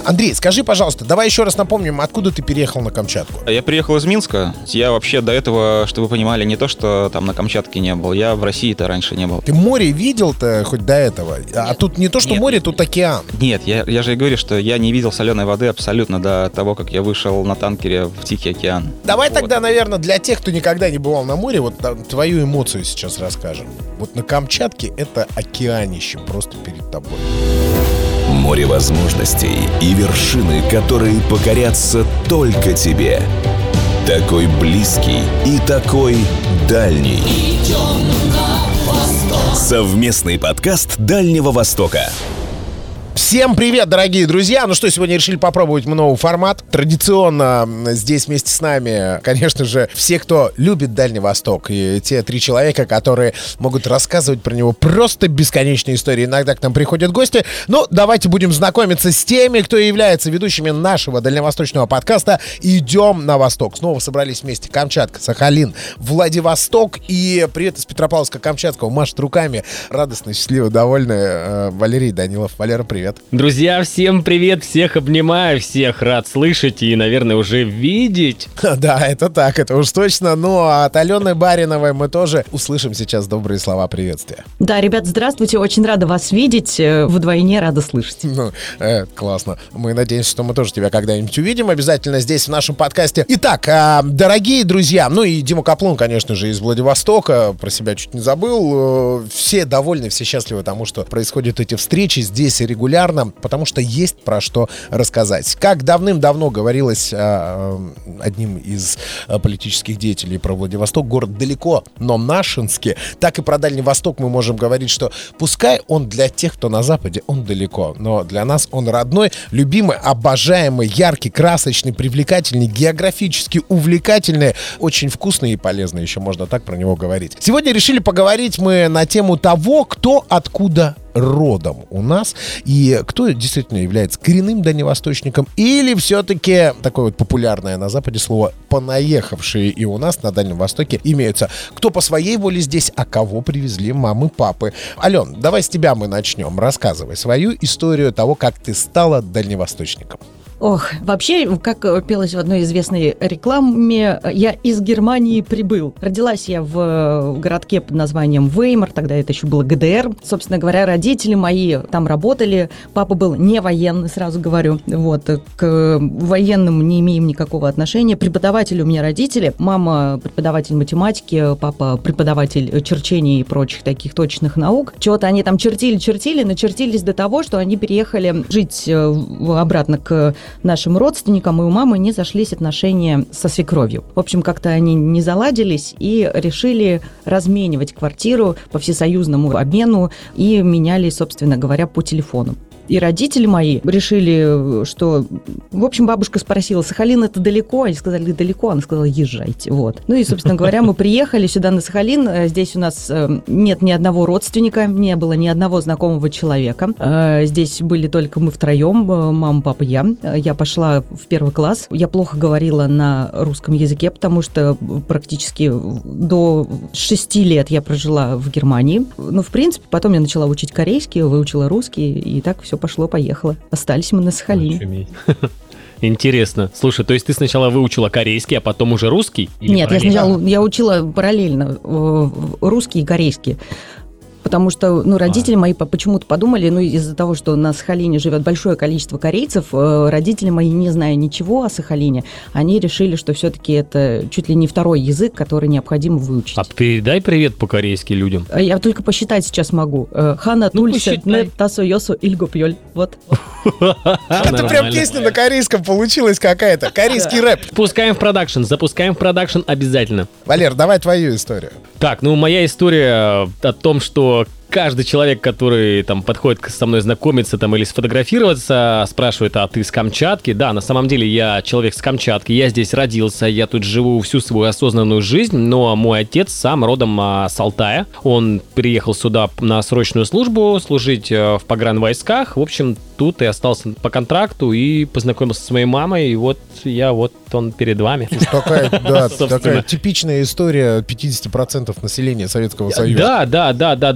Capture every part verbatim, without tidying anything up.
Андрей, скажи, пожалуйста, давай еще раз напомним, откуда ты переехал на Камчатку? Я приехал из Минска. Я вообще до этого, чтобы вы понимали, не то, что там на Камчатке не был. Я в России-то раньше не был. Ты море видел-то хоть до этого? А тут не то, что Нет. море, тут океан. Нет, я, я же и говорю, что я не видел соленой воды абсолютно до того, как я вышел на танкере в Тихий океан. Давай Вот. тогда, наверное, для тех, кто никогда не бывал на море, вот там, твою эмоцию сейчас расскажем. Вот на Камчатке это океанище просто перед тобой. Море возможностей и вершины, которые покорятся только тебе. Такой близкий и такой дальний. Совместный подкаст Дальнего Востока. Всем привет, дорогие друзья! Ну что, сегодня решили попробовать новый формат. Традиционно здесь вместе с нами, конечно же, все, кто любит Дальний Восток, и те три человека, которые могут рассказывать про него просто бесконечные истории. Иногда к нам приходят гости. Ну, давайте будем знакомиться с теми, кто является ведущими нашего дальневосточного подкаста «Идем на Восток». Снова собрались вместе Камчатка, Сахалин, Владивосток. И привет из Петропавловска-Камчатского. Машет руками. Радостно, счастливо, довольная Валерий Данилов. Валера, привет. Друзья, всем привет, всех обнимаю, всех рад слышать и, наверное, уже видеть. Да, это так, это уж точно. Ну, а от Алены Бариновой мы тоже услышим сейчас добрые слова приветствия. Да, ребят, здравствуйте, очень рада вас видеть, вдвойне рада слышать. Ну, э, классно. Мы надеемся, что мы тоже тебя когда-нибудь увидим обязательно здесь, в нашем подкасте. Итак, э, дорогие друзья, ну и Дима Каплун, конечно же, из Владивостока, про себя чуть не забыл. Э, все довольны, все счастливы тому, что происходят эти встречи здесь регулярно, потому что есть про что рассказать. Как давным-давно говорилось а, одним из а, политических деятелей про Владивосток, город далеко, но нашинский, так и про Дальний Восток мы можем говорить, что пускай он для тех, кто на Западе, он далеко, но для нас он родной, любимый, обожаемый, яркий, красочный, привлекательный, географически увлекательный, очень вкусный и полезный, еще можно так про него говорить. Сегодня решили поговорить мы на тему того, кто откуда родом у нас, и кто действительно является коренным дальневосточником, или все-таки такое вот популярное на Западе слово «понаехавшие» и у нас на Дальнем Востоке имеются. Кто по своей воле здесь, а кого привезли мамы, папы. Ален, давай с тебя мы начнем. Рассказывай свою историю того, как ты стала дальневосточником. Ох, вообще, как пелось в одной известной рекламе, я из Германии прибыл. Родилась я в городке под названием Веймар, тогда это еще было ГДР. Собственно говоря, родители мои там работали. Папа был не военный, сразу говорю. Вот, к военным не имеем никакого отношения. Преподаватели у меня родители. Мама преподаватель математики, папа преподаватель черчения и прочих таких точных наук. Чего-то они там чертили-чертили, начертились до того, что они переехали жить обратно к нашим родственникам, и у мамы не зашлись отношения со свекровью. В общем, как-то они не заладились и решили разменивать квартиру по всесоюзному обмену и меняли, собственно говоря, по телефону. И родители мои решили, что... В общем, бабушка спросила, Сахалин это далеко? Они сказали, далеко. Она сказала, езжайте. Вот. Ну и, собственно говоря, мы приехали сюда на Сахалин. Здесь у нас нет ни одного родственника, не было ни одного знакомого человека. Здесь были только мы втроем, мама, папа, я. Я пошла в первый класс. Я плохо говорила на русском языке, потому что практически до шести лет я прожила в Германии. Но, в принципе, потом я начала учить корейский, выучила русский, и так все пошло-поехало. Остались мы на Сахалине. Интересно. Слушай, то есть ты сначала выучила корейский, а потом уже русский? Нет, я сначала я учила параллельно русский и корейский. Потому что, ну, родители мои почему-то подумали, ну, из-за того, что на Сахалине живет большое количество корейцев, родители мои, не зная ничего о Сахалине, они решили, что все-таки это чуть ли не второй язык, который необходимо выучить. А передай привет по-корейски людям. Я только посчитать сейчас могу. Хана тульсе нет тасо йосо ильгопьёль. Вот. Это прям песня на корейском получилась какая-то. Корейский рэп. Пускаем в продакшн, запускаем в продакшн обязательно. Валер, давай твою историю. Так, ну, моя история о том, что каждый человек, который там подходит со мной знакомиться там или сфотографироваться, спрашивает, а ты с Камчатки? Да, на самом деле я человек с Камчатки, я здесь родился, я тут живу всю свою осознанную жизнь, но мой отец сам родом а, с Алтая. Он приехал сюда на срочную службу, служить а, в погранвойсках. В общем, тут и остался по контракту и познакомился с моей мамой, и вот я вот он перед вами. Такая, да, такая типичная история пятьдесят процентов населения Советского Союза. Да, да, да, да, да. Ну,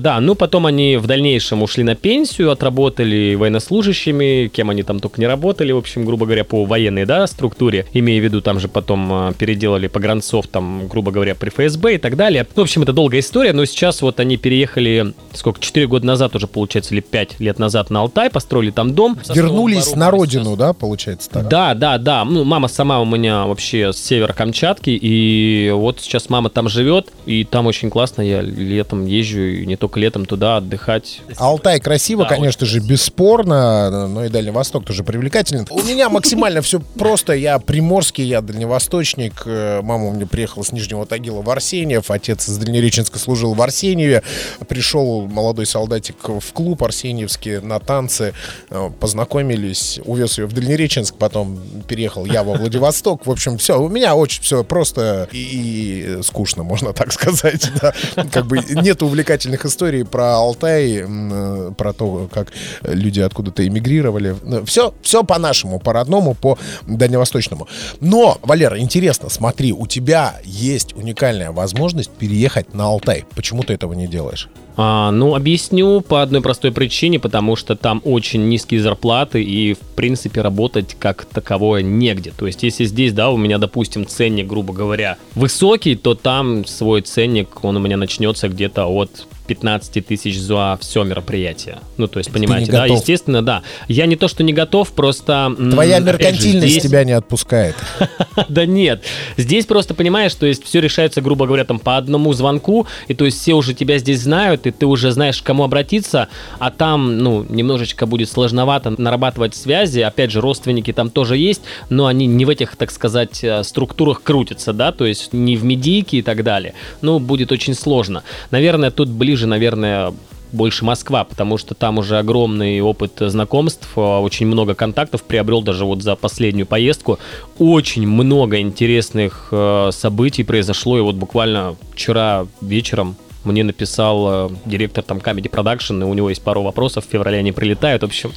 потом они в дальнейшем ушли на пенсию, отработали военнослужащими, кем они там только не работали, в общем, грубо говоря, по военной, да, структуре, имея в виду, там же потом переделали погранцов, там, грубо говоря, при эф эс бэ и так далее. В общем, это долгая история, но сейчас вот они переехали, сколько, четыре года назад уже, получается, или пять лет назад на Алтай, построили там дом. Вернулись на родину, сейчас. Да, получается так? Да, да, да. Ну, мама сама у меня вообще с севера Камчатки, и вот сейчас мама там живет, и там очень классно, я летом езжу, и не только летом туда отдыхать. Алтай красиво, да, конечно же, бесспорно, но и Дальний Восток тоже привлекателен. У меня максимально все просто, я приморский, я дальневосточник, мама у меня приехала с Нижнего Тагила в Арсеньев, отец из Дальнереченска служил в Арсеньеве, пришел молодой солдатик в клуб арсеньевский на танцы, познакомились, увез ее в Дальнереченск, потом переехал я во Владивосток. В общем, все, у меня очень все просто и, и скучно, можно так сказать. Да. Как бы нет увлекательных историй про Алтай, про то, как люди откуда-то эмигрировали. Все, все по-нашему, по-родному, по-дальневосточному. Но, Валера, интересно, смотри, у тебя есть уникальная возможность переехать на Алтай. Почему ты этого не делаешь? А, ну, объясню по одной простой причине, потому что там очень низкие зарплаты и, в принципе, работать как таковое негде. То есть, если здесь, да, у меня, допустим, ценник, грубо говоря, высокий, то там свой ценник, он у меня начнется где-то от пятнадцать тысяч за все мероприятие. Ну, то есть, понимаете, да, готов. Естественно, да. Я не то, что не готов, просто... Твоя меркантильность же, здесь... тебя не отпускает. Да нет. Здесь просто, понимаешь, то есть все решается, грубо говоря, там по одному звонку, и то есть все уже тебя здесь знают, и ты уже знаешь, к кому обратиться, а там, ну, немножечко будет сложновато нарабатывать связи. Опять же, родственники там тоже есть, но они не в этих, так сказать, структурах крутятся, да, то есть не в медийке и так далее. Ну, будет очень сложно. Наверное, тут ближе Ближе, наверное, больше Москва, потому что там уже огромный опыт знакомств, очень много контактов приобрел даже вот за последнюю поездку. Очень много интересных событий произошло, и вот буквально вчера вечером мне написал э, директор там Comedy Production, и у него есть пару вопросов, в феврале они прилетают, в общем,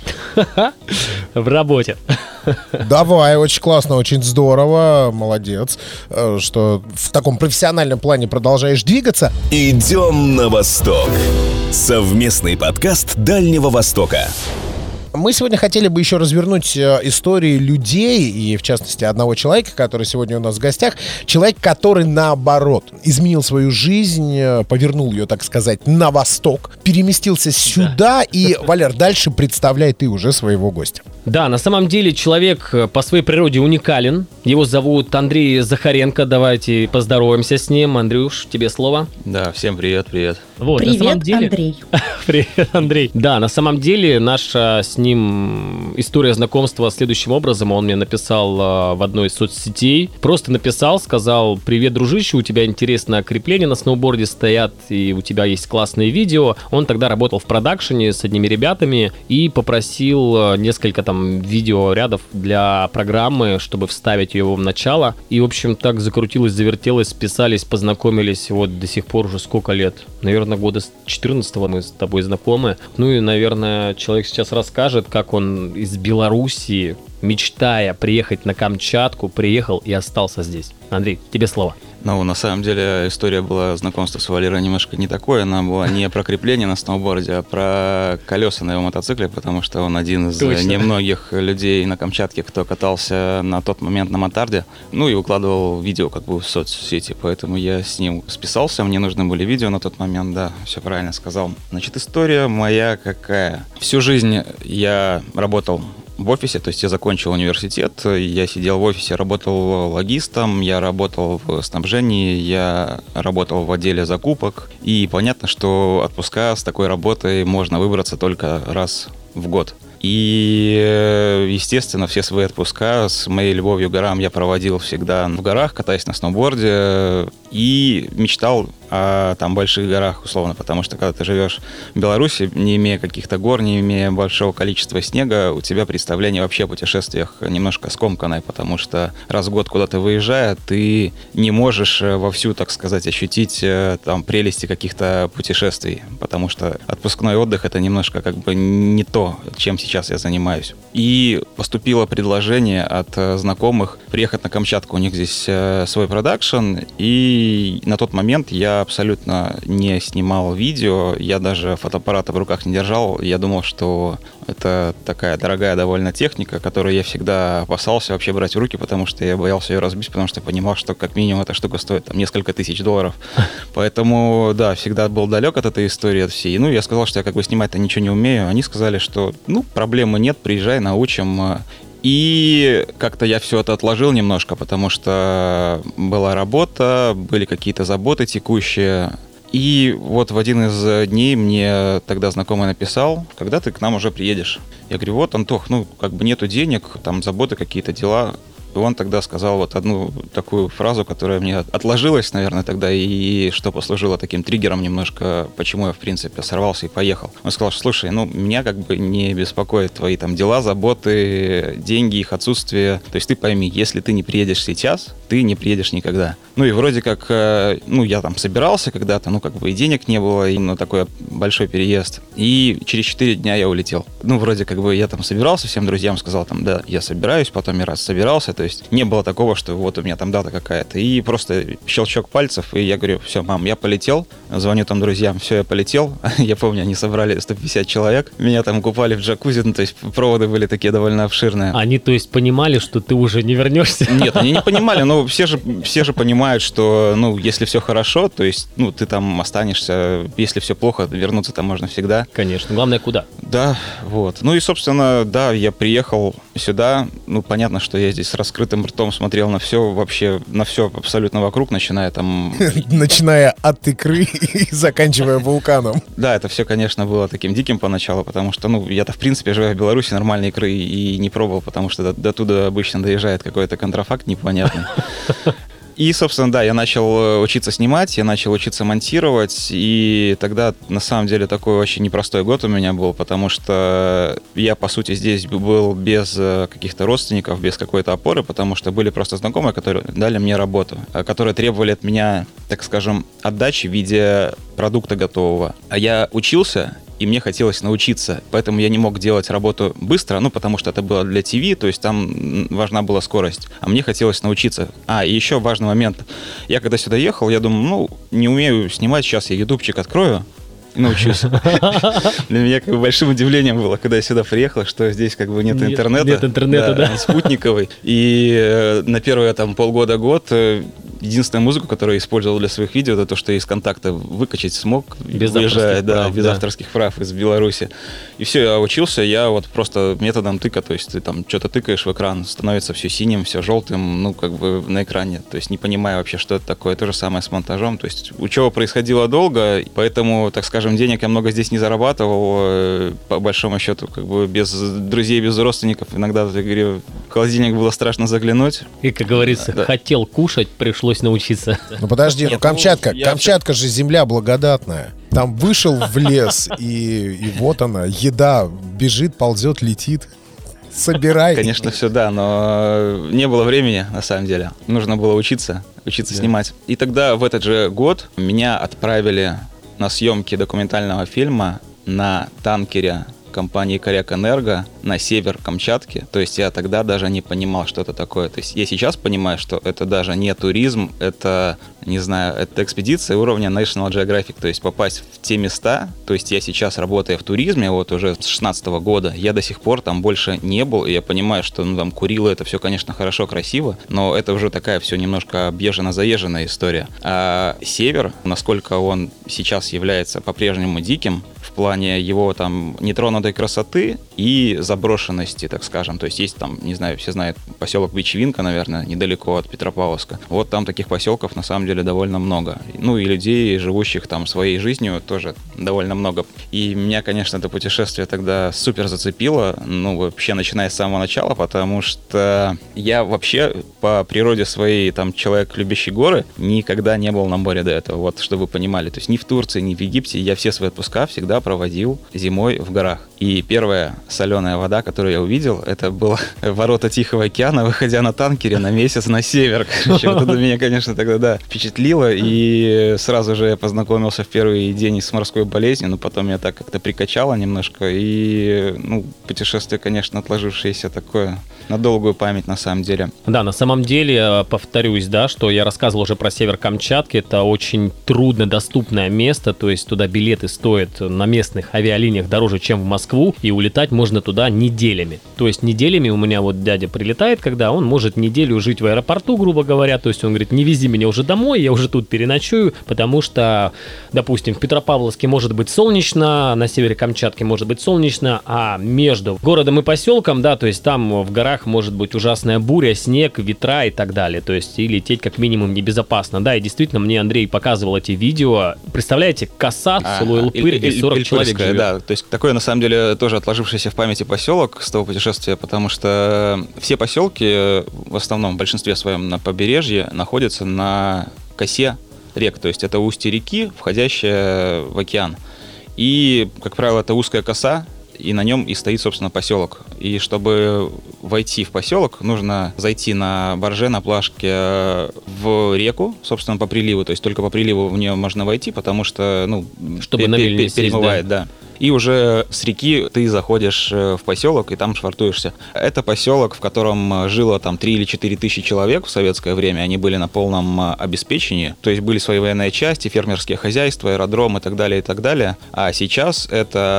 в работе. Давай, очень классно, очень здорово, молодец, что в таком профессиональном плане продолжаешь двигаться. Идем на восток. Совместный подкаст Дальнего Востока. Мы сегодня хотели бы еще развернуть истории людей, и в частности одного человека, который сегодня у нас в гостях. Человек, который наоборот изменил свою жизнь, повернул ее, так сказать, на восток, переместился сюда, да. И, Валер, дальше представляй ты уже своего гостя. Да, на самом деле человек по своей природе уникален. Его зовут Андрей Захаренко. Давайте поздороваемся с ним. Андрюш, тебе слово. Да, всем привет, привет. Вот, привет, на самом деле... Андрей. Привет, Андрей. Да, на самом деле наша с ним история знакомства следующим образом. Он мне написал в одной из соцсетей. Просто написал, сказал: привет, дружище, у тебя интересное крепление на сноуборде стоят, и у тебя есть классные видео. Он тогда работал в продакшене с одними ребятами и попросил несколько там видеорядов для программы, чтобы вставить ее в начало. И, в общем, так закрутилось, завертелось, списались, познакомились. Вот до сих пор уже сколько лет? Наверное, года с четырнадцатого мы с тобой знакомы. Ну и, наверное, человек сейчас расскажет, как он из Белоруссии, мечтая приехать на Камчатку, приехал и остался здесь. Андрей, тебе слово. Ну, на самом деле, история была знакомства с Валерой немножко не такой. Она была не про крепление на сноуборде, а про колеса на его мотоцикле, потому что он один из Точно. немногих людей на Камчатке, кто катался на тот момент на мотарде. Ну, и выкладывал видео как бы в соцсети, поэтому я с ним списался. Мне нужны были видео на тот момент, да, все правильно сказал. Значит, история моя какая. Всю жизнь я работал в офисе, то есть я закончил университет, я сидел в офисе, работал логистом, я работал в снабжении, я работал в отделе закупок, и понятно, что отпуска с такой работой можно выбраться только раз в год. И, естественно, все свои отпуска с моей любовью к горам я проводил всегда в горах, катаясь на сноуборде, и мечтал о там больших горах, условно, потому что когда ты живешь в Беларуси, не имея каких-то гор, не имея большого количества снега, у тебя представление вообще о путешествиях немножко скомканное, потому что раз в год куда-то выезжая, ты не можешь вовсю, так сказать, ощутить там прелести каких-то путешествий, потому что отпускной отдых — это немножко как бы не то, чем сейчас я занимаюсь. И поступило предложение от знакомых приехать на Камчатку, у них здесь свой продакшн, и И на тот момент я абсолютно не снимал видео, я даже фотоаппарата в руках не держал. Я думал, что это такая дорогая довольно техника, которую я всегда опасался вообще брать в руки, потому что я боялся ее разбить, потому что понимал, что как минимум эта штука стоит там несколько тысяч долларов. Поэтому, да, всегда был далек от этой истории, от всей. Ну, я сказал, что я как бы снимать-то ничего не умею. Они сказали, что, ну, проблемы нет, приезжай, научим. И как-то я все это отложил немножко, потому что была работа, были какие-то заботы текущие. И вот в один из дней мне тогда знакомый написал: когда ты к нам уже приедешь? Я говорю: вот, Антох, ну, как бы нету денег, там заботы, какие-то дела. И он тогда сказал вот одну такую фразу, которая мне отложилась, наверное, тогда, и что послужило таким триггером немножко, почему я, в принципе, сорвался и поехал. Он сказал, что, слушай, ну, меня как бы не беспокоят твои там дела, заботы, деньги, их отсутствие. То есть ты пойми, если ты не приедешь сейчас, ты не приедешь никогда. Ну и вроде как, ну, я там собирался когда-то, ну, как бы и денег не было, и на такой большой переезд. И через четыре дня я улетел. Ну, вроде как бы я там собирался, всем друзьям сказал, там, да, я собираюсь, потом я раз собирался, то есть не было такого, что вот у меня там дата какая-то. И просто щелчок пальцев, и я говорю: все, мам, я полетел. Звоню там друзьям: все, я полетел. Я помню, они собрали сто пятьдесят человек. Меня там купали в джакузи, ну, то есть проводы были такие довольно обширные. Они, то есть, понимали, что ты уже не вернешься? Нет, они не понимали, но все же, все же понимают, что, ну, если все хорошо, то есть, ну, ты там останешься. Если все плохо, вернуться там можно всегда. Конечно. Главное, куда? Да, вот. Ну и, собственно, да, я приехал сюда. Ну, понятно, что я здесь с раскрытым ртом смотрел на все, вообще на все абсолютно вокруг, начиная там... Начиная от икры и заканчивая вулканом. Да, это все, конечно, было таким диким поначалу, потому что, ну, я-то, в принципе, живя в Беларуси, нормальной икры и не пробовал, потому что до, до туда обычно доезжает какой-то контрафакт непонятный. И, собственно, да, я начал учиться снимать, я начал учиться монтировать, и тогда, на самом деле, такой очень непростой год у меня был, потому что я, по сути, здесь был без каких-то родственников, без какой-то опоры, потому что были просто знакомые, которые дали мне работу, которые требовали от меня, так скажем, отдачи в виде продукта готового. А я учился, и мне хотелось научиться, поэтому я не мог делать работу быстро, ну, потому что это было для ТВ, то есть там важна была скорость, а мне хотелось научиться. А, и еще важный момент. Я когда сюда ехал, я думаю, ну, не умею снимать, сейчас я ютубчик открою и научусь. Для меня как бы большим удивлением было, когда я сюда приехал, что здесь как бы нет интернета. Нет интернета, да. Спутниковый. И на первые там полгода-год единственная музыка, которую я использовал для своих видео, это то, что я из контакта выкачать смог, без выезжая, авторских да, прав, без да. авторских прав из Беларуси. И все, я учился, я вот просто методом тыка, то есть ты там что-то тыкаешь в экран, становится все синим, все желтым, ну, как бы на экране, то есть не понимая вообще, что это такое. То же самое с монтажом, то есть учеба происходила долго, поэтому, так скажем, денег я много здесь не зарабатывал, по большому счету, как бы без друзей, без родственников, иногда, я говорю, в холодильник было страшно заглянуть. И, как говорится, да. хотел кушать, пришлось научиться. Ну подожди, ну Нет, Камчатка, ну, я- Камчатка же земля благодатная. Там вышел в лес, и, и вот она, еда бежит, ползет, летит. Собирай. Конечно, все, да, но не было времени, на самом деле. Нужно было учиться, учиться Да. снимать. И тогда, в этот же год, меня отправили на съемки документального фильма на танкере компании «Коряк Энерго» на север Камчатки. То есть я тогда даже не понимал, что это такое. То есть я сейчас понимаю, что это даже не туризм, это, не знаю, это экспедиция уровня National Geographic. То есть попасть в те места, то есть я сейчас, работая в туризме, вот уже с шестнадцатого года, я до сих пор там больше не был, и я понимаю, что, ну, там Курилы, это все, конечно, хорошо, красиво, но это уже такая все немножко объезженно-заезженная история. А север, насколько он сейчас является по-прежнему диким, в плане его там нетронутой красоты и заброшенности, так скажем. То есть есть там, не знаю, все знают поселок Бичевинка, наверное, недалеко от Петропавловска. Вот там таких поселков на самом деле довольно много. Ну и людей, живущих там своей жизнью, тоже довольно много. И меня, конечно, это путешествие тогда супер зацепило, ну вообще начиная с самого начала, потому что я вообще по природе своей там человек, любящий горы, никогда не был на море до этого, вот чтобы вы понимали. То есть ни в Турции, ни в Египте я все свои отпуска всегда проводил зимой в горах. И первая соленая вода, которую я увидел, это было ворота Тихого океана, выходя на танкере на месяц на север. Короче, вот это меня, конечно, тогда, да, впечатлило. И сразу же я познакомился в первый день с морской болезнью, но потом меня так как-то прикачало немножко. И, ну, путешествие, конечно, отложившееся такое на долгую память, на самом деле. Да, на самом деле, повторюсь, да, что я рассказывал уже про север Камчатки. Это очень труднодоступное место, то есть туда билеты стоят на местных авиалиниях дороже, чем в Москву, и улетать можно туда неделями. То есть неделями у меня вот дядя прилетает, когда он может неделю жить в аэропорту, грубо говоря, то есть он говорит, не вези меня уже домой, я уже тут переночую, потому что, допустим, в Петропавловске может быть солнечно, на севере Камчатки может быть солнечно, а между городом и поселком, да, то есть там в горах может быть ужасная буря, снег, ветра и так далее, то есть и лететь как минимум небезопасно. Да, и действительно, мне Андрей показывал эти видео. Представляете, коса, а, Сулуй Лпырь, где сорок человек живет. Да, то есть такое, на самом деле, тоже отложившийся в памяти поселок с того путешествия, потому что все поселки, в основном, в большинстве своем на побережье, находятся на косе рек, то есть это устье реки, входящее в океан. И, как правило, это узкая коса, и на нем и стоит, собственно, поселок. И чтобы войти в поселок, нужно зайти на барже, на плажке в реку, собственно, по приливу. То есть только по приливу в нее можно войти, потому что, ну, чтобы на мель не сесть, перемывает, да. да. И уже с реки ты заходишь в поселок и там швартуешься. Это поселок, в котором жило там три или четыре тысячи человек в советское время. Они были на полном обеспечении. То есть были свои военные части, фермерские хозяйства, аэродром и так далее, и так далее. А сейчас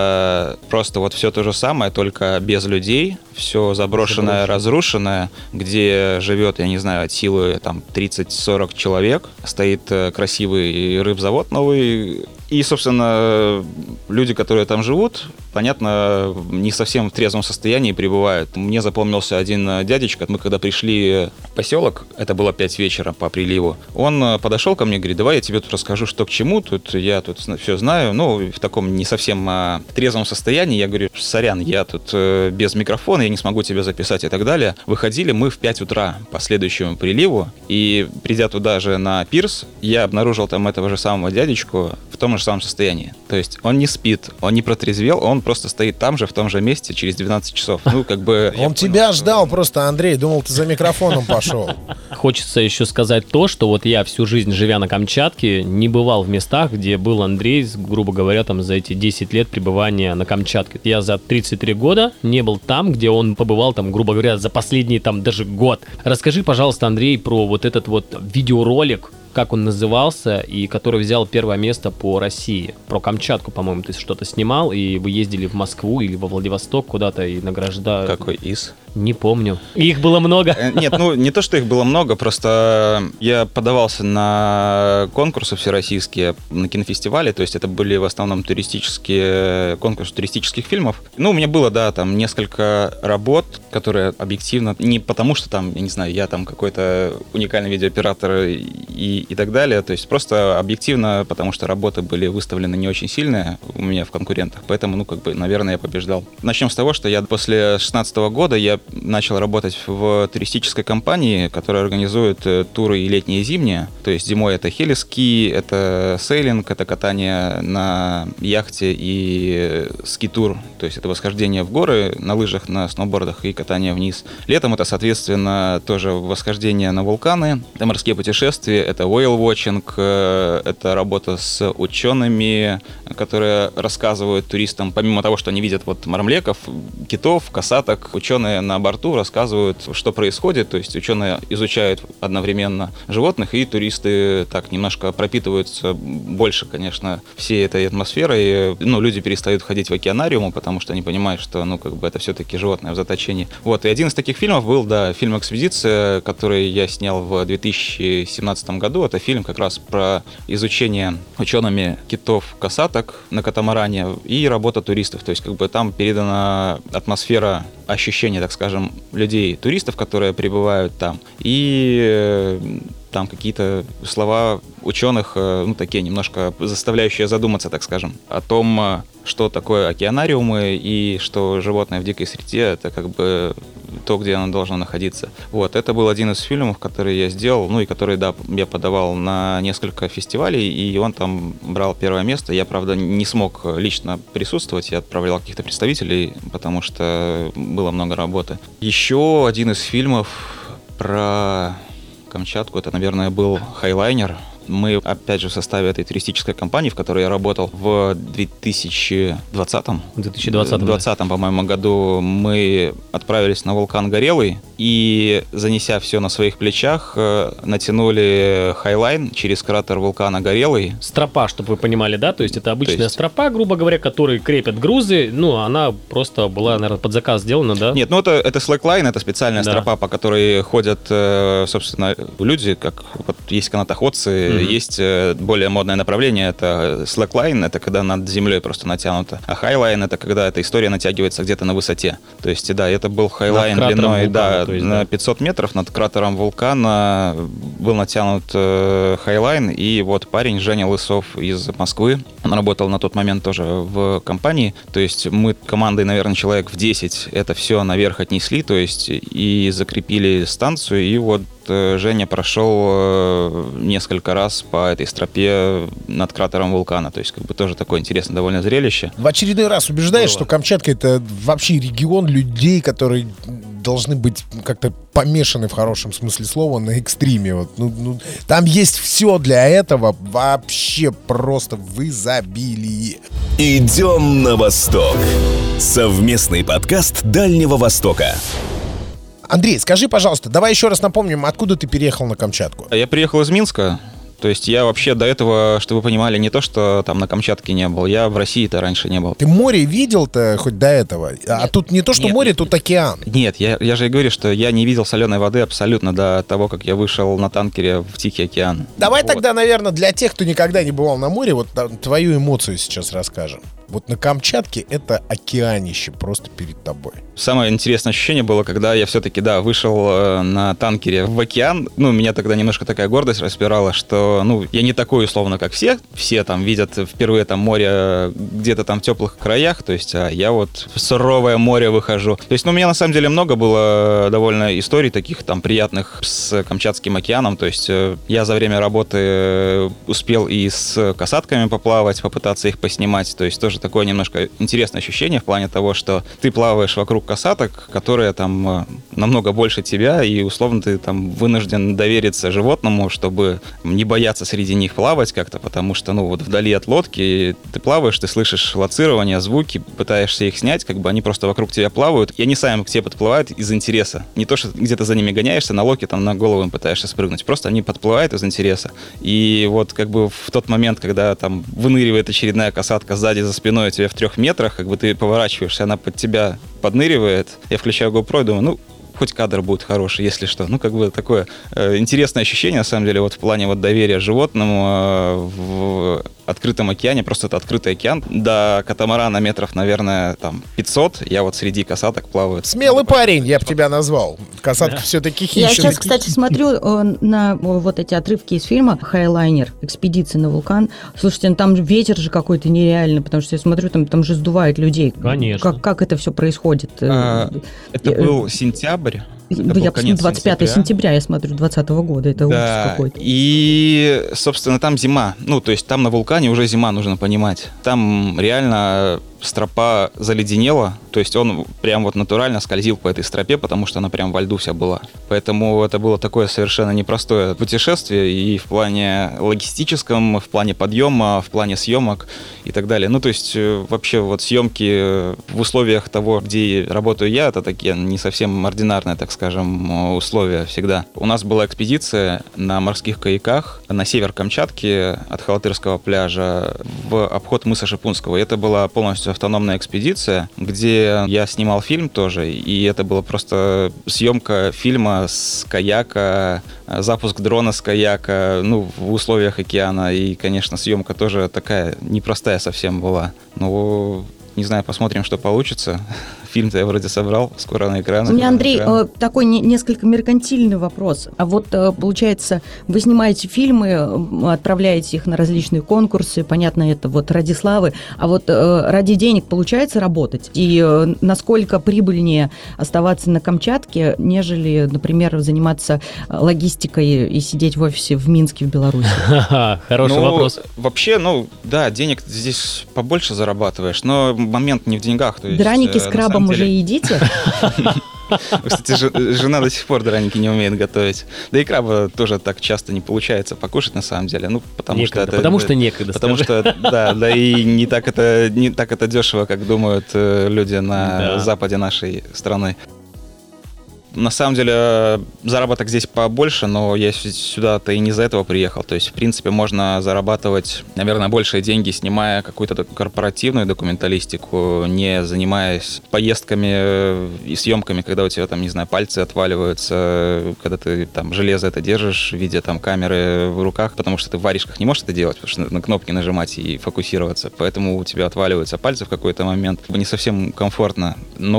это просто вот все то же самое, только без людей. Все заброшенное, разрушенное, где живет, я не знаю, от силы там тридцать-сорок человек. Стоит красивый рыбзавод новый. И, собственно, люди, которые там живут, понятно, не совсем в трезвом состоянии пребывают. Мне запомнился один дядечка, мы когда пришли в поселок, это было пять вечера по приливу, он подошел ко мне и говорит, давай я тебе тут расскажу, что к чему, тут я тут все знаю, ну, в таком не совсем а, трезвом состоянии. Я говорю, сорян, я тут э, без микрофона, я не смогу тебя записать и так далее. Выходили мы в пять утра по следующему приливу, и придя туда же на пирс, я обнаружил там этого же самого дядечку в том же самом состоянии. То есть он не спит, он не протрезвел, он просто стоит там же, в том же месте через двенадцать часов. Ну, как бы... Он тебя ждал просто, Андрей, думал, ты за микрофоном пошел. Хочется еще сказать то, что вот я всю жизнь, живя на Камчатке, не бывал в местах, где был Андрей, грубо говоря, там за эти десять лет пребывания на Камчатке. Я за тридцать три года не был там, где он побывал, там, грубо говоря, за последний там даже год. Расскажи, пожалуйста, Андрей, про вот этот вот видеоролик, как он назывался, и который взял первое место по России. Про Камчатку, по-моему, ты что-то снимал, и вы ездили в Москву или во Владивосток куда-то и награждали. Какой из? Не помню. Их было много. Нет, ну не то, что их было много, просто я подавался на конкурсы всероссийские, на кинофестивале, то есть это были в основном туристические конкурсы туристических фильмов. Ну, у меня было, да, там несколько работ, которые объективно, не потому что там, я не знаю, я там какой-то уникальный видеооператор и, и так далее, то есть просто объективно, потому что работы были выставлены не очень сильные у меня в конкурентах, поэтому, ну, как бы, наверное, я побеждал. Начнем с того, что я после шестнадцатого года я начал работать в туристической компании, которая организует туры и летние, и зимние. То есть зимой это хелиски, это сейлинг, это катание на яхте и ски-тур. То есть это восхождение в горы на лыжах, на сноубордах и катание вниз. Летом это, соответственно, тоже восхождение на вулканы, это морские путешествия, это whale-watching, это работа с учеными, которые рассказывают туристам, помимо того, что они видят вот мормлеков, китов, касаток, ученые на борту рассказывают, что происходит, то есть ученые изучают одновременно животных, и туристы так немножко пропитываются больше, конечно, всей этой атмосферой. Ну, люди перестают ходить в океанариумы, потому что они понимают, что, ну, как бы это все-таки животное в заточении. Вот, и один из таких фильмов был, да, фильм «Экспедиция», который я снял в две тысячи семнадцатом году. Это фильм как раз про изучение учеными китов, касаток на катамаране и работа туристов. То есть, как бы там передана атмосфера, ощущение, так скажем, людей, туристов, которые прибывают там, и там какие-то слова ученых, ну, такие немножко заставляющие задуматься, так скажем, о том, что такое океанариумы и что животное в дикой среде — это как бы то, где оно должно находиться. Вот, это был один из фильмов, который я сделал, ну и который, да, я подавал на несколько фестивалей, и он там брал первое место. Я, правда, не смог лично присутствовать, я отправлял каких-то представителей, потому что было много работы. Еще один из фильмов про Камчатку, это, наверное, был «Хайлайнер». Мы, опять же, в составе этой туристической компании, в которой я работал в две тысячи двадцатом, две тысячи двадцатом, двадцатом, по-моему, году, мы отправились на вулкан Горелый и, занеся все на своих плечах, натянули хайлайн через кратер вулкана Горелый. Стропа, чтобы вы понимали, да? То есть это обычная есть... стропа, грубо говоря, которой крепят грузы. Ну, она просто была, наверное, под заказ сделана, да? Нет, ну это, это slackline, это специальная да. стропа, по которой ходят, собственно, люди, как вот есть канатоходцы, mm-hmm. есть более модное направление, это slackline, это когда над землей просто натянуто, а highline это когда эта история натягивается где-то на высоте. То есть, да, это был highline длиной вулкана, да, есть, на да. пятьсот метров над кратером вулкана был натянут highline, и вот парень Женя Лысов из Москвы, он работал на тот момент тоже в компании, то есть мы командой, наверное, человек в десять это все наверх отнесли, то есть и закрепили станцию, и вот Женя прошел несколько раз по этой стропе над кратером вулкана. То есть, как бы тоже такое интересное довольно зрелище. В очередной раз убеждаешь, что Камчатка — это вообще регион людей, которые должны быть как-то помешаны в хорошем смысле слова на экстриме. Вот, ну, ну, там есть все для этого вообще просто в изобилии. Идем на восток. Совместный подкаст Дальнего Востока. Андрей, скажи, пожалуйста, давай еще раз напомним, откуда ты переехал на Камчатку? Я приехал из Минска. То есть я вообще до этого, чтобы вы понимали, не то, что там на Камчатке не был, я в России-то раньше не был. Ты море видел-то хоть до этого? Нет, а тут не то, что нет, море, нет, тут океан. Нет, я, я же и говорю, что я не видел соленой воды абсолютно до того, как я вышел на танкере в Тихий океан. Давай вот. Тогда, наверное, для тех, кто никогда не бывал на море, вот твою эмоцию сейчас расскажем. Вот на Камчатке это океанище просто перед тобой. Самое интересное ощущение было, когда я все-таки, да, вышел на танкере в океан. Ну, меня тогда немножко такая гордость распирала, что, ну, я не такой, условно, как все. Все там видят впервые там море где-то там в теплых краях, то есть, а я вот в суровое море выхожу. То есть, ну, у меня на самом деле много было довольно историй таких там приятных с Камчатским океаном. То есть, я за время работы успел и с касатками поплавать, попытаться их поснимать. То есть, тоже такое немножко интересное ощущение в плане того, что ты плаваешь вокруг касаток, которые там намного больше тебя, и условно ты там вынужден довериться животному, чтобы не бояться среди них плавать как-то, потому что, ну, вот вдали от лодки ты плаваешь, ты слышишь лоцирование, звуки, пытаешься их снять, как бы они просто вокруг тебя плавают, и они сами к тебе подплывают из интереса. Не то, что где-то за ними гоняешься, на лодке там на голову им пытаешься спрыгнуть, просто они подплывают из интереса. И вот как бы в тот момент, когда там выныривает очередная касатка сзади за спиной, у тебя в трех метрах, как бы ты поворачиваешься, она под тебя подныривает, я включаю GoPro и думаю, ну, хоть кадр будет хороший, если что. Ну, как бы такое э, интересное ощущение, на самом деле, вот в плане вот доверия животному э, в открытом океане, просто это открытый океан. До катамарана метров, наверное, там пятьсот, я вот среди касаток плаваю. Смелый парень, я бы тебя назвал. Касатка да. все-таки хищная. Я сейчас, кстати, смотрю э, на вот эти отрывки из фильма «Хайлайнер», «Экспедиция на вулкан». Слушайте, ну, там ветер же какой-то нереальный, потому что я смотрю, там, там же сдувает людей. Конечно. Как, как это все происходит? А, это был сентябрь. Это я посмотрю, двадцать пятого сентября, я смотрю, двадцатого года. Это да. ужас какой-то. И, собственно, там зима. Ну, то есть там на вулкане уже зима, нужно понимать. Там реально стропа заледенела, то есть он прям вот натурально скользил по этой стропе, потому что она прям во льду вся была. Поэтому это было такое совершенно непростое путешествие и в плане логистическом, в плане подъема, в плане съемок и так далее. Ну, то есть вообще вот съемки в условиях того, где работаю я, это такие не совсем ординарные, так скажем, условия всегда. У нас была экспедиция на морских каяках на север Камчатки от Халатырского пляжа в обход мыса Шипунского. И это была полностью автономная экспедиция, где я снимал фильм тоже, и это была просто съемка фильма с каяка, запуск дрона с каяка, ну, в условиях океана, и, конечно, съемка тоже такая непростая совсем была. Ну, не знаю, посмотрим, что получится. Фильм-то я вроде собрал, скоро на экраны. У меня, Андрей, э, такой не, несколько меркантильный вопрос. А вот, э, получается, вы снимаете фильмы, отправляете их на различные конкурсы, понятно, это вот ради славы, а вот э, ради денег получается работать? И э, насколько прибыльнее оставаться на Камчатке, нежели, например, заниматься логистикой и сидеть в офисе в Минске, в Беларуси? Хороший вопрос. Вообще, ну, да, денег здесь побольше зарабатываешь, но момент не в деньгах. Драники, скрабы крабом уже едите? Кстати, жена до сих пор драники не умеет готовить. Да и краба тоже так часто не получается покушать, на самом деле. Ну, потому некогда, что это... Потому что некогда. Потому скажи. что, да, да и не так это, не так это дешево, как думают люди на да. западе нашей страны. На самом деле, заработок здесь побольше, но я сюда-то и не из-за этого приехал. То есть, в принципе, можно зарабатывать, наверное, большие деньги, снимая какую-то корпоративную документалистику, не занимаясь поездками и съемками, когда у тебя, там, не знаю, пальцы отваливаются, когда ты там железо это держишь, видя там камеры в руках, потому что ты в варежках не можешь это делать, потому что на кнопки нажимать и фокусироваться. Поэтому у тебя отваливаются пальцы в какой-то момент. Не совсем комфортно.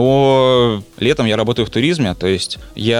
Но летом я работаю в туризме, то есть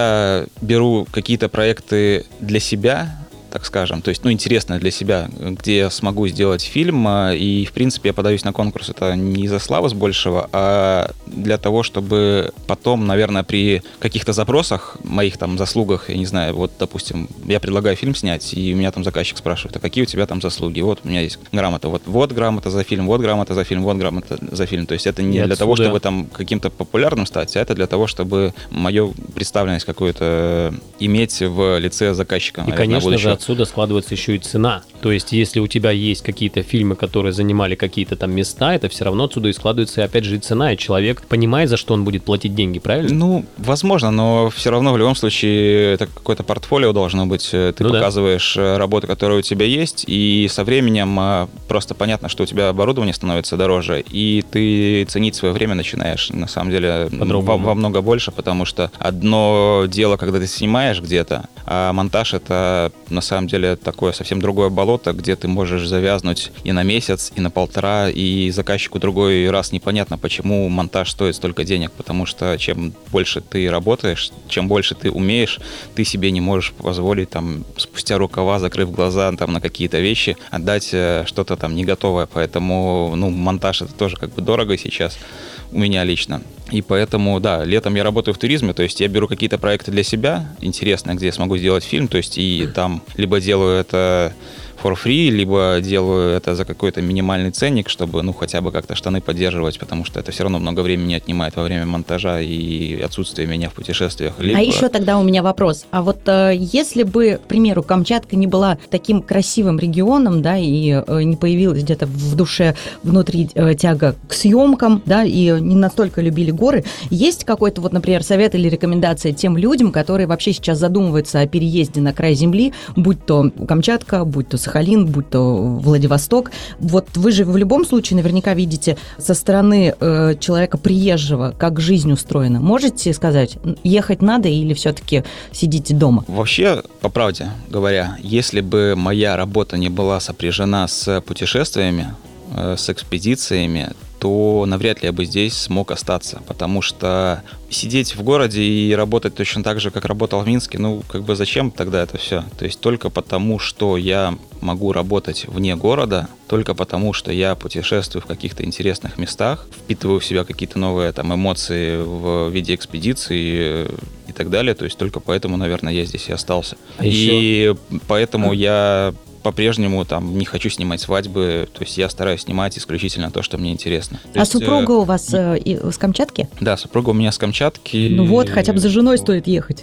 я беру какие-то проекты для себя, так скажем, то есть, ну, интересно для себя, где я смогу сделать фильм, и, в принципе, я подаюсь на конкурс, это не из-за славы с большего, а для того, чтобы потом, наверное, при каких-то запросах, моих там заслугах, я не знаю, вот, допустим, я предлагаю фильм снять, и у меня там заказчик спрашивает, а какие у тебя там заслуги? Вот, у меня есть грамота, вот, вот грамота за фильм, вот грамота за фильм, вот грамота за фильм, то есть это не и для отсюда... того, чтобы там каким-то популярным стать, а это для того, чтобы мою представленность какую-то иметь в лице заказчика. И, конечно же, отсюда складывается еще и цена. То есть, если у тебя есть какие-то фильмы, которые занимали какие-то там места, это все равно отсюда и складывается, опять же, и цена, и человек понимает, за что он будет платить деньги, правильно? Ну, возможно, но все равно в любом случае это какое-то портфолио должно быть. Ты ну показываешь да. работу, которая у тебя есть, и со временем просто понятно, что у тебя оборудование становится дороже, и ты ценить свое время начинаешь, на самом деле, во, во много больше, потому что одно дело, когда ты снимаешь где-то, а монтаж — это, на самом деле, такое совсем другое болото, где ты можешь завязнуть и на месяц, и на полтора, и заказчику другой раз непонятно, почему монтаж стоит столько денег, потому что чем больше ты работаешь, чем больше ты умеешь, ты себе не можешь позволить там спустя рукава, закрыв глаза там на какие-то вещи, отдать что-то там не готовое, поэтому, ну, монтаж — это тоже как бы дорого сейчас у меня лично. И поэтому, да, летом я работаю в туризме, то есть я беру какие-то проекты для себя, интересные, где я смогу сделать фильм, то есть и там либо делаю это for free, либо делаю это за какой-то минимальный ценник, чтобы, ну, хотя бы как-то штаны поддерживать, потому что это все равно много времени отнимает во время монтажа и отсутствие меня в путешествиях. Либо... А еще тогда у меня вопрос. А вот э, если бы, к примеру, Камчатка не была таким красивым регионом, да, и э, не появилась где-то в душе внутри э, тяга к съемкам, да, и не настолько любили горы, есть какой-то вот, например, совет или рекомендация тем людям, которые вообще сейчас задумываются о переезде на край земли, будь то Камчатка, будь то Сахалин, будь то Владивосток. Вот вы же в любом случае наверняка видите со стороны э, человека приезжего, как жизнь устроена. Можете сказать, ехать надо или все-таки сидите дома? Вообще, по правде говоря, если бы моя работа не была сопряжена с путешествиями, э, с экспедициями, то навряд ли я бы здесь смог остаться, потому что сидеть в городе и работать точно так же, как работал в Минске, ну, как бы зачем тогда это все? То есть только потому, что я могу работать вне города, только потому, что я путешествую в каких-то интересных местах, впитываю в себя какие-то новые там эмоции в виде экспедиции и так далее, то есть только поэтому, наверное, я здесь и остался. А и еще... поэтому я... по-прежнему там не хочу снимать свадьбы, то есть я стараюсь снимать исключительно то, что мне интересно. То а есть, супруга э, у вас э, и, с Камчатки? Да, супруга у меня с Камчатки. Ну вот, хотя бы за женой стоит ехать.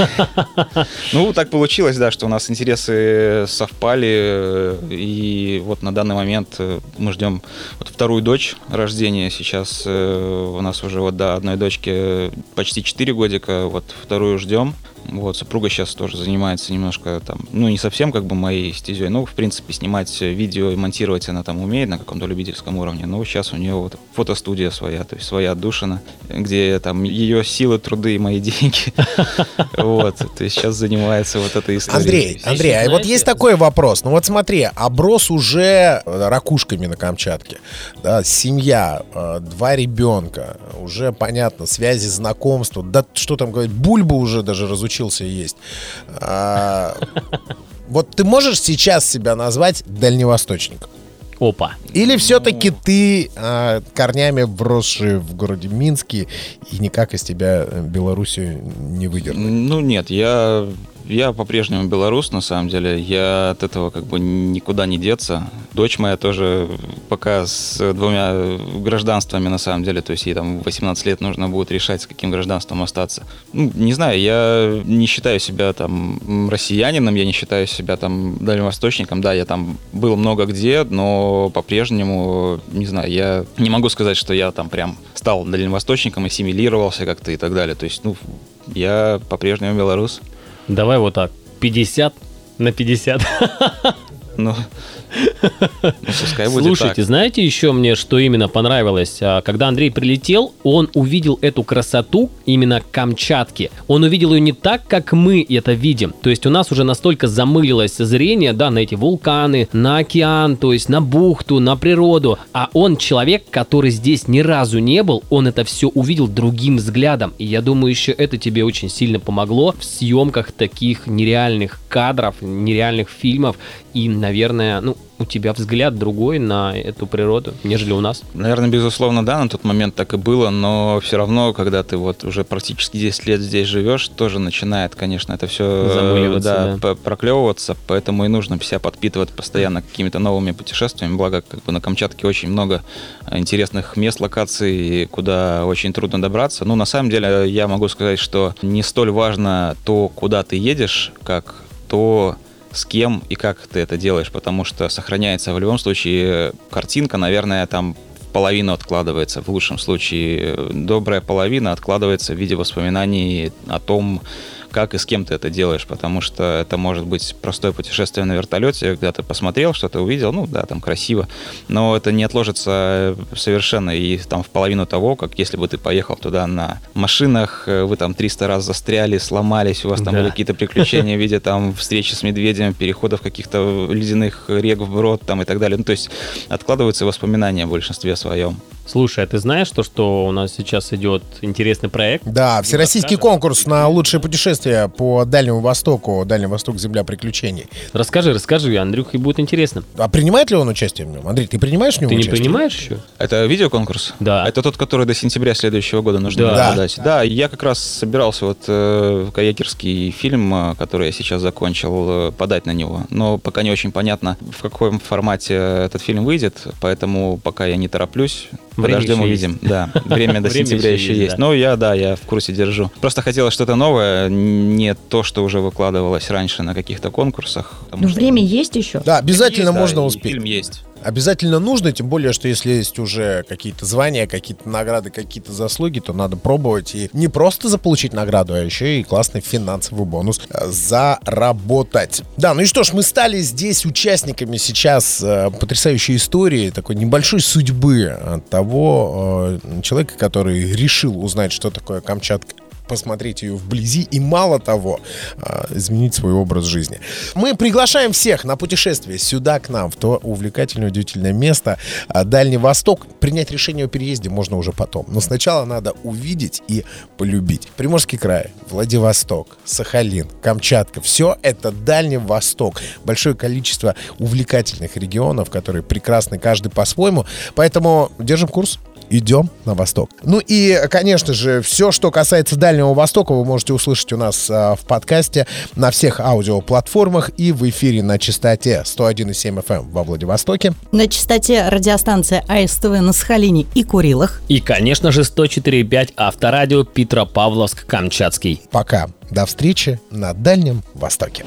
Ну, так получилось, да, что у нас интересы совпали, и вот на данный момент мы ждем вот вторую дочь рождения. Сейчас у нас уже вот, да, одной дочке почти четыре годика, вот вторую ждем. Вот, супруга сейчас тоже занимается немножко там, ну, не совсем как бы моей стезей, но, в принципе, снимать видео и монтировать она там умеет на каком-то любительском уровне, но сейчас у нее вот фотостудия своя, то есть своя отдушина, где там ее силы, труды и мои деньги. Вот, то есть сейчас занимается вот этой историей. Андрей, Андрей, а вот есть такой вопрос, ну вот смотри, оброс уже ракушками на Камчатке, да, семья, два ребенка, уже понятно, связи, знакомства, да что там говорить, бульбу уже даже разучился есть. А, вот ты можешь сейчас себя назвать дальневосточником? Опа. Или все-таки ты а, корнями вросший в городе Минске и никак из тебя Белоруссию не выдернуть? Ну нет, я я по-прежнему белорус, на самом деле. Я от этого как бы никуда не деться. Дочь моя тоже пока с двумя гражданствами, на самом деле. То есть ей там восемнадцать лет нужно будет решать, с каким гражданством остаться. Ну, не знаю, я не считаю себя там россиянином, я не считаю себя там дальневосточником. Да, я там был много где, но по-прежнему, не знаю, я не могу сказать, что я там прям стал дальневосточником, ассимилировался как-то и так далее. То есть, ну, я по-прежнему белорус. Давай вот так, пятьдесят на пятьдесят. Ну, пускай будет Слушайте, так. знаете еще мне, что именно понравилось? Когда Андрей прилетел, он увидел эту красоту именно Камчатки. Он увидел ее не так, как мы это видим. То есть у нас уже настолько замылилось зрение, да, на эти вулканы, на океан, то есть на бухту, на природу. А он человек, который здесь ни разу не был, он это все увидел другим взглядом. И я думаю, еще это тебе очень сильно помогло в съемках таких нереальных кадров, нереальных фильмов. И, наверное, ну, у тебя взгляд другой на эту природу, нежели у нас. Наверное, безусловно, да, на тот момент так и было, но все равно, когда ты вот уже практически десять лет здесь живешь, тоже начинает, конечно, это все да, да. проклевываться, поэтому и нужно себя подпитывать постоянно какими-то новыми путешествиями, благо как бы на Камчатке очень много интересных мест, локаций, куда очень трудно добраться. Ну, на самом деле, я могу сказать, что не столь важно то, куда ты едешь, как то, с кем и как ты это делаешь, потому что сохраняется в любом случае картинка, наверное, там в половину откладывается, в лучшем случае добрая половина откладывается в виде воспоминаний о том, как и с кем ты это делаешь, потому что это может быть простое путешествие на вертолете, когда ты посмотрел, что-то увидел, ну да, там красиво, но это не отложится совершенно, и там в половину того, как если бы ты поехал туда на машинах, вы там триста раз застряли, сломались, у вас там да. были какие-то приключения в виде там встречи с медведем, переходов каких-то ледяных рек вброд там и так далее, ну то есть откладываются воспоминания в большинстве своем. Слушай, а ты знаешь то, что у нас сейчас идет интересный проект? Да, всероссийский конкурс на лучшее путешествие по Дальнему Востоку. Дальний Восток, земля приключений. Расскажи, расскажи, Андрюхе будет интересно. А принимает ли он участие в нем? Андрей, ты принимаешь в него Ты не участие? принимаешь еще? Это видеоконкурс? Да. Это тот, который до сентября следующего года нужно Да. подать. Да. да, я как раз собирался вот э, каякерский фильм, который я сейчас закончил, э, подать на него. Но пока не очень понятно, в каком формате этот фильм выйдет, поэтому пока я не тороплюсь. Время Подождем, увидим. есть. Да, время до Время сентября еще еще есть, есть. да. Но я, да, я в курсе держу. Просто хотелось что-то новое, не то, что уже выкладывалось раньше на каких-то конкурсах. Ну, что... время есть еще. Да, обязательно Есть, можно да, и успеть. Фильм есть. Обязательно нужно, тем более, что если есть уже какие-то звания, какие-то награды, какие-то заслуги, то надо пробовать и не просто заполучить награду, а еще и классный финансовый бонус заработать. Да, ну и что ж, мы стали здесь участниками сейчас э, потрясающей истории, такой небольшой судьбы того э, человека, который решил узнать, что такое Камчатка, посмотреть ее вблизи и, мало того, изменить свой образ жизни. Мы приглашаем всех на путешествие сюда, к нам, в то увлекательное, удивительное место Дальний Восток. Принять решение о переезде можно уже потом. Но сначала надо увидеть и полюбить. Приморский край, Владивосток, Сахалин, Камчатка. Все это Дальний Восток. Большое количество увлекательных регионов, которые прекрасны каждый по-своему. Поэтому держим курс. Идем на восток. Ну и, конечно же, все, что касается Дальнего Востока, вы можете услышать у нас а, в подкасте на всех аудиоплатформах и в эфире на частоте сто один и семь эф эм во Владивостоке. На частоте радиостанции А Эс Тэ Вэ на Сахалине и Курилах. И, конечно же, сто четыре и пять авторадио Петропавловск-Камчатский. Пока. До встречи на Дальнем Востоке.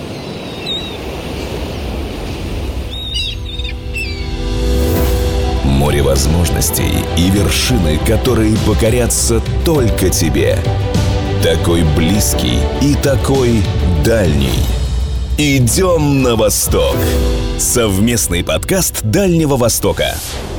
Море возможностей и вершины, которые покорятся только тебе. Такой близкий и такой дальний. Идем на восток. Совместный подкаст Дальнего Востока.